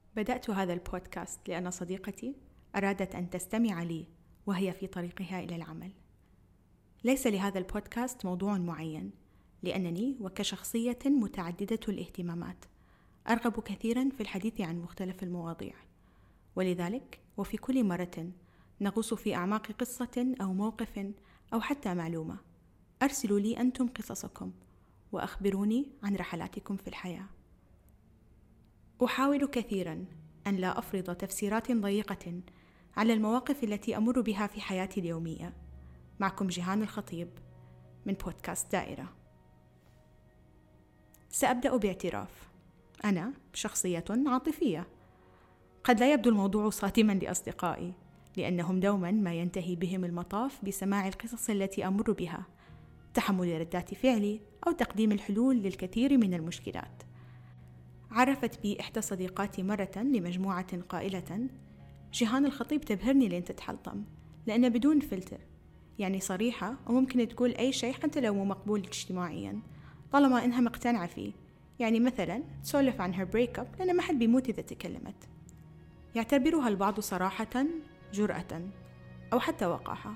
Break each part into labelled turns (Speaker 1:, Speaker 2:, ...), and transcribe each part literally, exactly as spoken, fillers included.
Speaker 1: بدأت هذا البودكاست لأن صديقتي أرادت أن تستمع لي وهي في طريقها إلى العمل. ليس لهذا البودكاست موضوع معين، لأنني وكشخصية متعددة الاهتمامات أرغب كثيرا في الحديث عن مختلف المواضيع، ولذلك وفي كل مرة نغوص في أعماق قصة أو موقف أو حتى معلومة، أرسلوا لي أنتم قصصكم وأخبروني عن رحلاتكم في الحياة. أحاول كثيرا أن لا أفرض تفسيرات ضيقة على المواقف التي أمر بها في حياتي اليومية. معكم جيهان الخطيب من بودكاست دائرة. سأبدأ باعتراف، أنا شخصية عاطفية. قد لا يبدو الموضوع صادما لأصدقائي، لأنهم دوما ما ينتهي بهم المطاف بسماع القصص التي أمر بها، تحمل ردات فعلي أو تقديم الحلول للكثير من المشكلات. عرفت بي إحدى صديقاتي مرة لمجموعة قائلة: جيهان الخطيب تبهرني لين تتحلطم، لأنه بدون فلتر، يعني صريحة وممكن تقول أي شيء حتى لو مو مقبول اجتماعيا طالما إنها مقتنعة فيه. يعني مثلا تسولف عن her breakup لأن ما حد بيموت إذا تكلمت. يعتبرها البعض صراحة، جرأة، أو حتى وقاحة،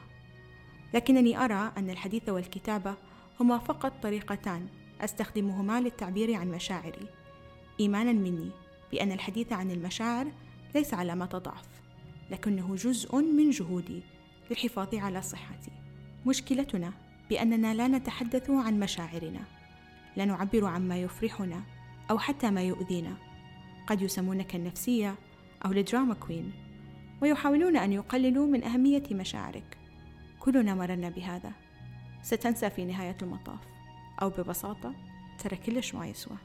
Speaker 1: لكنني أرى أن الحديث والكتابة هما فقط طريقتان أستخدمهما للتعبير عن مشاعري، إيمانا مني بأن الحديث عن المشاعر ليس علامة ضعف، لكنه جزء من جهودي للحفاظ على صحتي. مشكلتنا بأننا لا نتحدث عن مشاعرنا، لا نعبر عما يفرحنا أو حتى ما يؤذينا. قد يسمونك النفسية أو الدراما كوين، ويحاولون أن يقللوا من أهمية مشاعرك. كلنا مرنا بهذا. ستنسى في نهاية المطاف، أو ببساطة ترى كلش ما يسوى.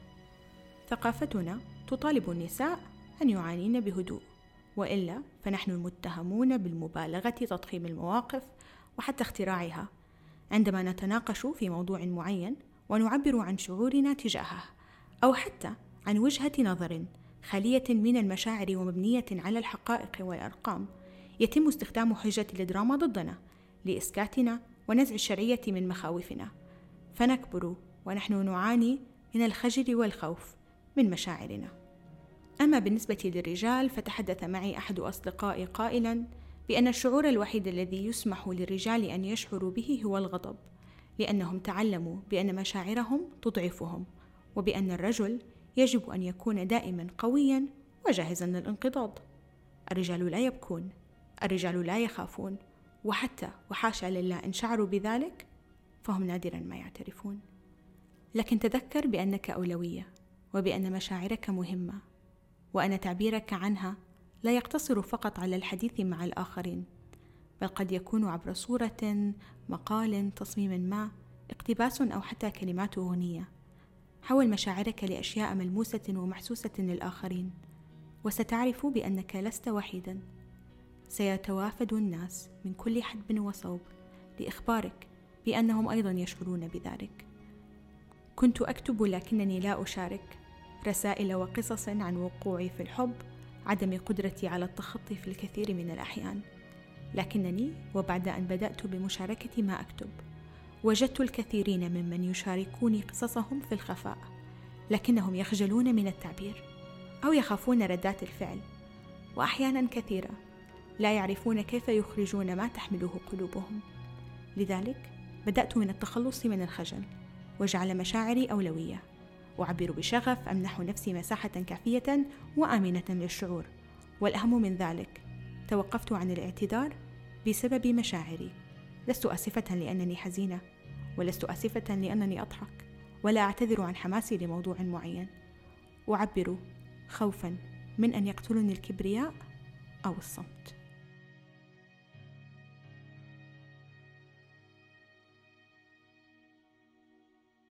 Speaker 1: ثقافتنا تطالب النساء أن يعانين بهدوء، وإلا فنحن المتهمون بالمبالغة تضخيم المواقف وحتى اختراعها. عندما نتناقش في موضوع معين ونعبر عن شعورنا تجاهه، أو حتى عن وجهة نظر خالية من المشاعر ومبنية على الحقائق والأرقام، يتم استخدام حجة الدراما ضدنا لإسكاتنا ونزع الشرعية من مخاوفنا، فنكبر ونحن نعاني من الخجل والخوف من مشاعرنا. أما بالنسبة للرجال، فتحدث معي أحد أصدقائي قائلا بأن الشعور الوحيد الذي يسمح للرجال أن يشعروا به هو الغضب، لأنهم تعلموا بأن مشاعرهم تضعفهم، وبأن الرجل يجب أن يكون دائما قويا وجاهزا للانقضاض. الرجال لا يبكون، الرجال لا يخافون، وحتى وحاشا لله إن شعروا بذلك فهم نادرا ما يعترفون. لكن تذكر بأنك أولوية، وبأن مشاعرك مهمة، وأن تعبيرك عنها لا يقتصر فقط على الحديث مع الآخرين، بل قد يكون عبر صورة، مقال، تصميم ما، اقتباس أو حتى كلمات أغنية. حول مشاعرك لأشياء ملموسة ومحسوسة للآخرين، وستعرف بأنك لست وحيدا. سيتوافد الناس من كل حدب وصوب لإخبارك بأنهم أيضا يشعرون بذلك. كنت أكتب لكنني لا أشارك رسائل وقصص عن وقوعي في الحب، عدم قدرتي على التخطي في الكثير من الأحيان، لكنني وبعد أن بدأت بمشاركة ما أكتب وجدت الكثيرين ممن يشاركوني قصصهم في الخفاء، لكنهم يخجلون من التعبير أو يخافون ردات الفعل، وأحيانا كثيرة لا يعرفون كيف يخرجون ما تحمله قلوبهم. لذلك بدأت من التخلص من الخجل وجعل مشاعري أولوية، أعبر بشغف، أمنح نفسي مساحة كافية وآمنة للشعور، والأهم من ذلك توقفت عن الاعتذار بسبب مشاعري. لست آسفة لأنني حزينة، ولست آسفة لأنني أضحك، ولا أعتذر عن حماسي لموضوع معين. أعبر خوفا من أن يقتلني الكبرياء أو الصمت.